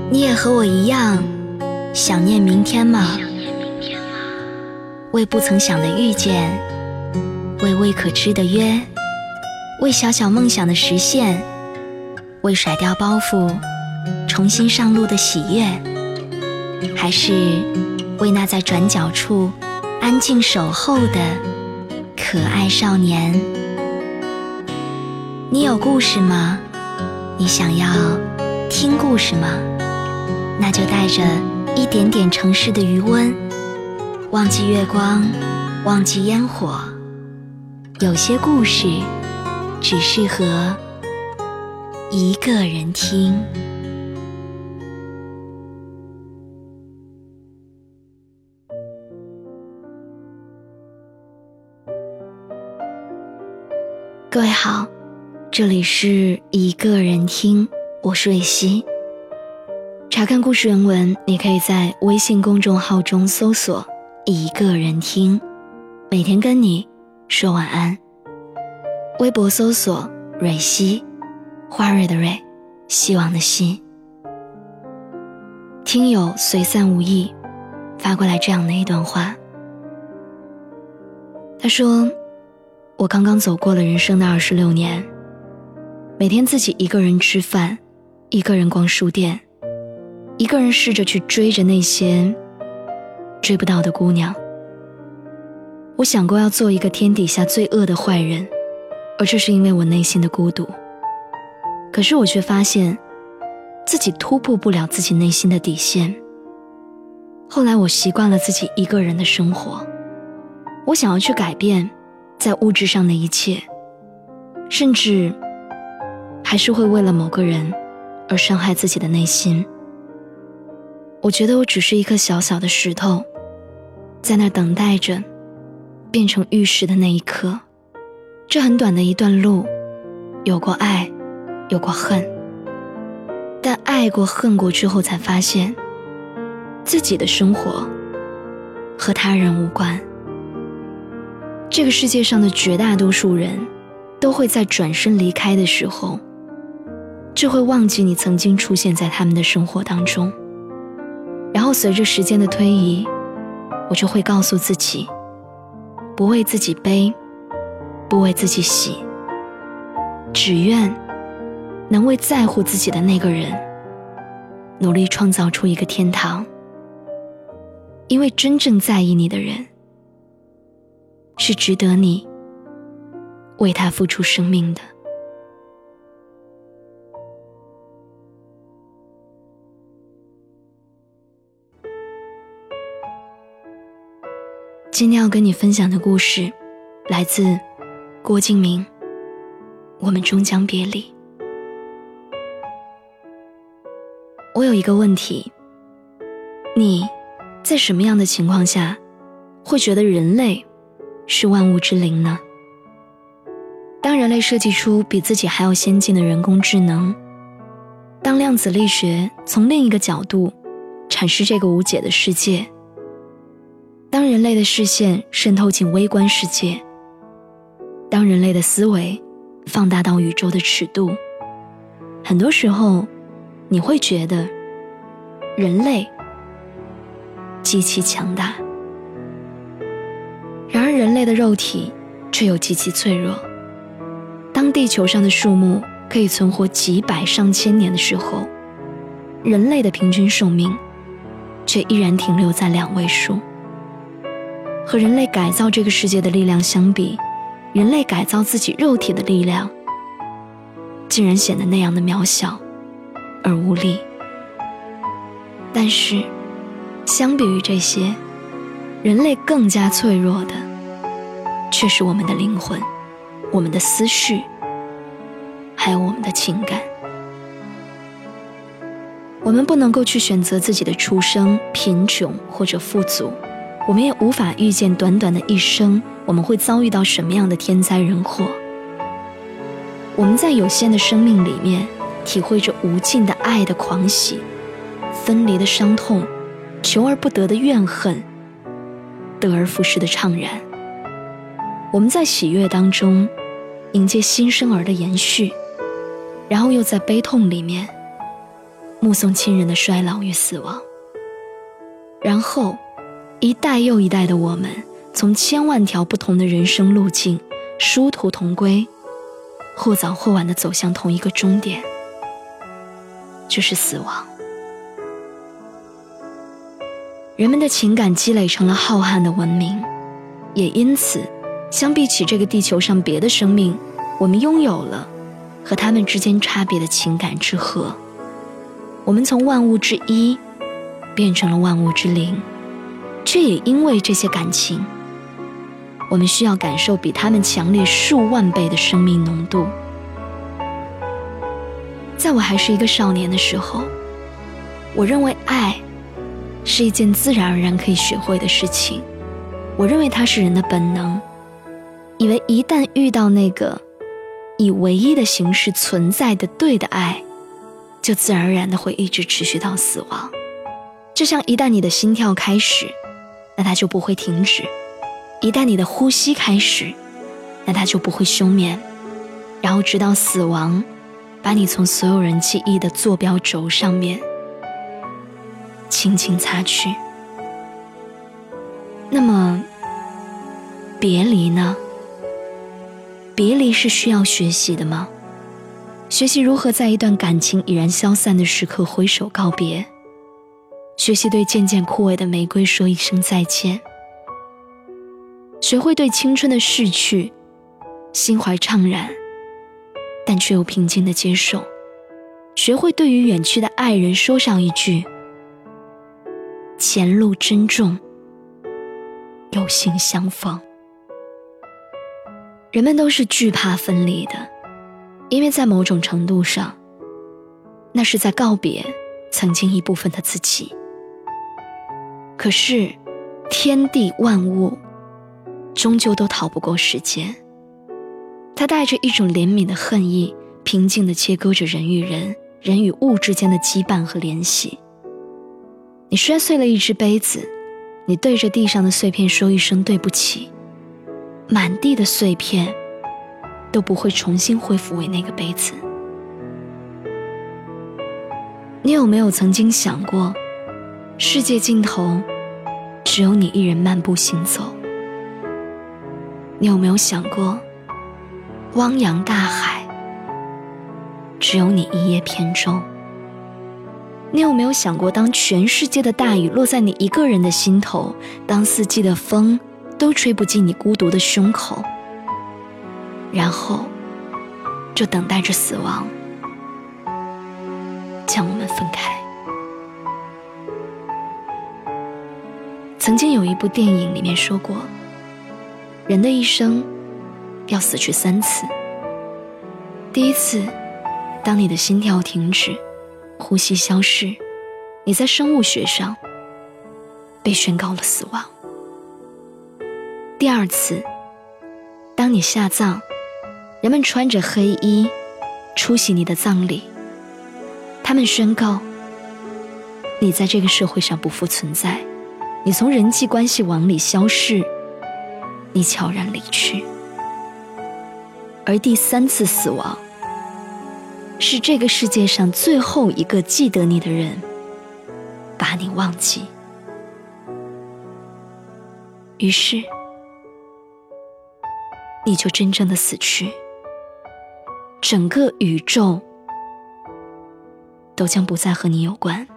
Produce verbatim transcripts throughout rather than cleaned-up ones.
你也和我一样想念明天吗？为不曾想的遇见，为未可知的约，为小小梦想的实现，为甩掉包袱重新上路的喜悦，还是为那在转角处安静守候的可爱少年？你有故事吗？你想要听故事吗？那就带着一点点城市的余温，忘记月光，忘记烟火，有些故事只适合一个人听。各位好，这里是一个人听，我是瑞希。查看故事原文，你可以在微信公众号中搜索一个人听，每天跟你说晚安。微博搜索瑞希，花蕊的蕊，希望的希。听友随散无意发过来这样的一段话，他说，我刚刚走过了人生的二十六年，每天自己一个人吃饭，一个人逛书店，一个人试着去追着那些追不到的姑娘。我想过要做一个天底下最恶的坏人，而这是因为我内心的孤独。可是我却发现自己突破不了自己内心的底线。后来我习惯了自己一个人的生活，我想要去改变在物质上的一切，甚至还是会为了某个人而伤害自己的内心。我觉得我只是一颗小小的石头，在那等待着变成玉石的那一刻。这很短的一段路，有过爱，有过恨，但爱过恨过之后，才发现自己的生活和他人无关。这个世界上的绝大多数人都会在转身离开的时候，就会忘记你曾经出现在他们的生活当中。然后随着时间的推移，我就会告诉自己，不为自己悲，不为自己喜，只愿能为在乎自己的那个人努力创造出一个天堂。因为真正在意你的人，是值得你为他付出生命的。今天要跟你分享的故事来自郭敬明，我们终将别离。我有一个问题，你在什么样的情况下会觉得人类是万物之灵呢？当人类设计出比自己还要先进的人工智能，当量子力学从另一个角度阐释这个无解的世界，当人类的视线渗透进微观世界，当人类的思维放大到宇宙的尺度，很多时候你会觉得人类极其强大。然而人类的肉体却又极其脆弱。当地球上的树木可以存活几百上千年的时候，人类的平均寿命却依然停留在两位数。和人类改造这个世界的力量相比，人类改造自己肉体的力量竟然显得那样的渺小而无力。但是相比于这些，人类更加脆弱的却是我们的灵魂，我们的思绪，还有我们的情感。我们不能够去选择自己的出生、贫穷或者富足，我们也无法预见短短的一生我们会遭遇到什么样的天灾人祸。我们在有限的生命里面体会着无尽的爱的狂喜，分离的伤痛，求而不得的怨恨，得而复失的怅然。我们在喜悦当中迎接新生儿的延续，然后又在悲痛里面目送亲人的衰老与死亡。然后一代又一代的我们，从千万条不同的人生路径，殊途同归，或早或晚地走向同一个终点，就是死亡。人们的情感积累成了浩瀚的文明，也因此相比起这个地球上别的生命，我们拥有了和他们之间差别的情感之河。我们从万物之一变成了万物之零，却也因为这些感情，我们需要感受比他们强烈数万倍的生命浓度。在我还是一个少年的时候，我认为爱是一件自然而然可以学会的事情，我认为它是人的本能，以为一旦遇到那个以唯一的形式存在的对的爱，就自然而然的会一直持续到死亡。就像一旦你的心跳开始，那它就不会停止；一旦你的呼吸开始，那它就不会休眠，然后直到死亡把你从所有人记忆的坐标轴上面轻轻擦去。那么别离呢？别离是需要学习的吗？学习如何在一段感情已然消散的时刻挥手告别，学习对渐渐枯萎的玫瑰说一声再见，学会对青春的逝去心怀怅然，但却又平静地接受，学会对于远去的爱人说上一句前路珍重，有幸相逢。人们都是惧怕分离的，因为在某种程度上，那是在告别曾经一部分的自己。可是天地万物终究都逃不过时间，它带着一种怜悯的恨意，平静地切割着人与人、人与物之间的羁绊和联系。你摔碎了一只杯子，你对着地上的碎片说一声对不起，满地的碎片都不会重新恢复为那个杯子。你有没有曾经想过，世界尽头只有你一人漫步行走？你有没有想过，汪洋大海只有你一叶扁舟？你有没有想过，当全世界的大雨落在你一个人的心头，当四季的风都吹不进你孤独的胸口，然后就等待着死亡将我们分开？曾经有一部电影里面说过，人的一生要死去三次。第一次，当你的心跳停止，呼吸消失，你在生物学上被宣告了死亡。第二次，当你下葬，人们穿着黑衣出席你的葬礼，他们宣告你在这个社会上不复存在，你从人际关系网里消逝，你悄然离去。而第三次死亡，是这个世界上最后一个记得你的人把你忘记，于是你就真正的死去，整个宇宙都将不再和你有关。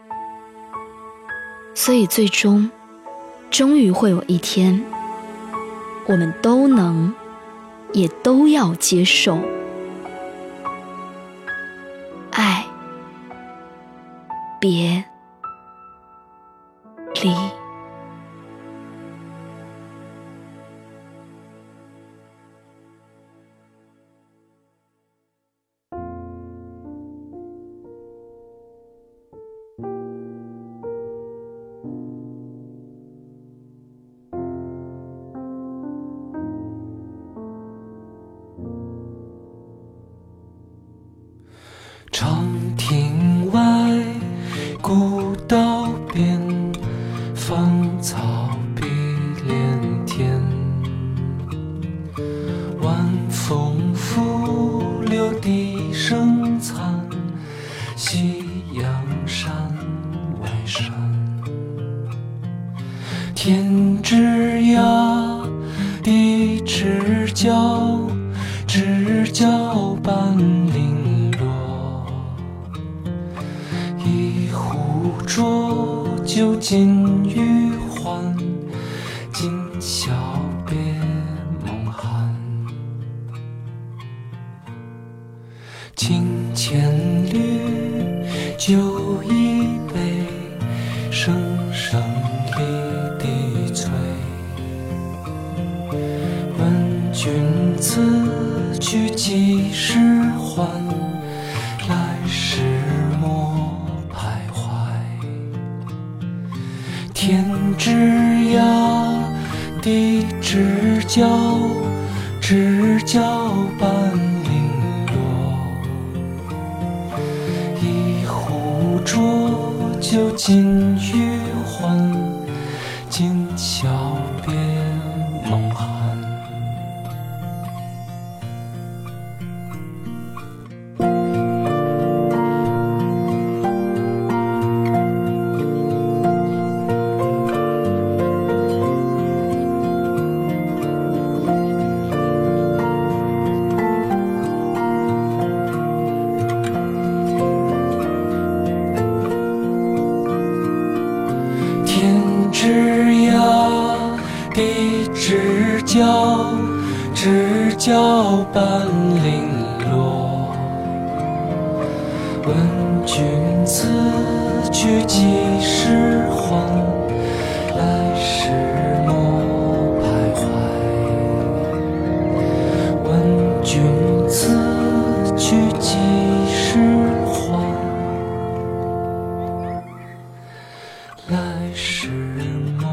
所以最终终于会有一天，我们都能也都要接受爱别离。 长亭外，古道边，芳草碧连天。晚风拂柳笛声残，夕阳天之涯，地之角，知交半零落。一壶浊酒尽余欢，今宵别梦寒。清千缕，酒一杯，声声离地催。问君此去几时还？来时莫徘徊。天之涯，地之角，知交半零落。一壶浊酒尽余欢，今宵别梦寒。知涯，地之角，知交半零落。问君此去几时还？来时莫徘徊。问君此去几时还？来时莫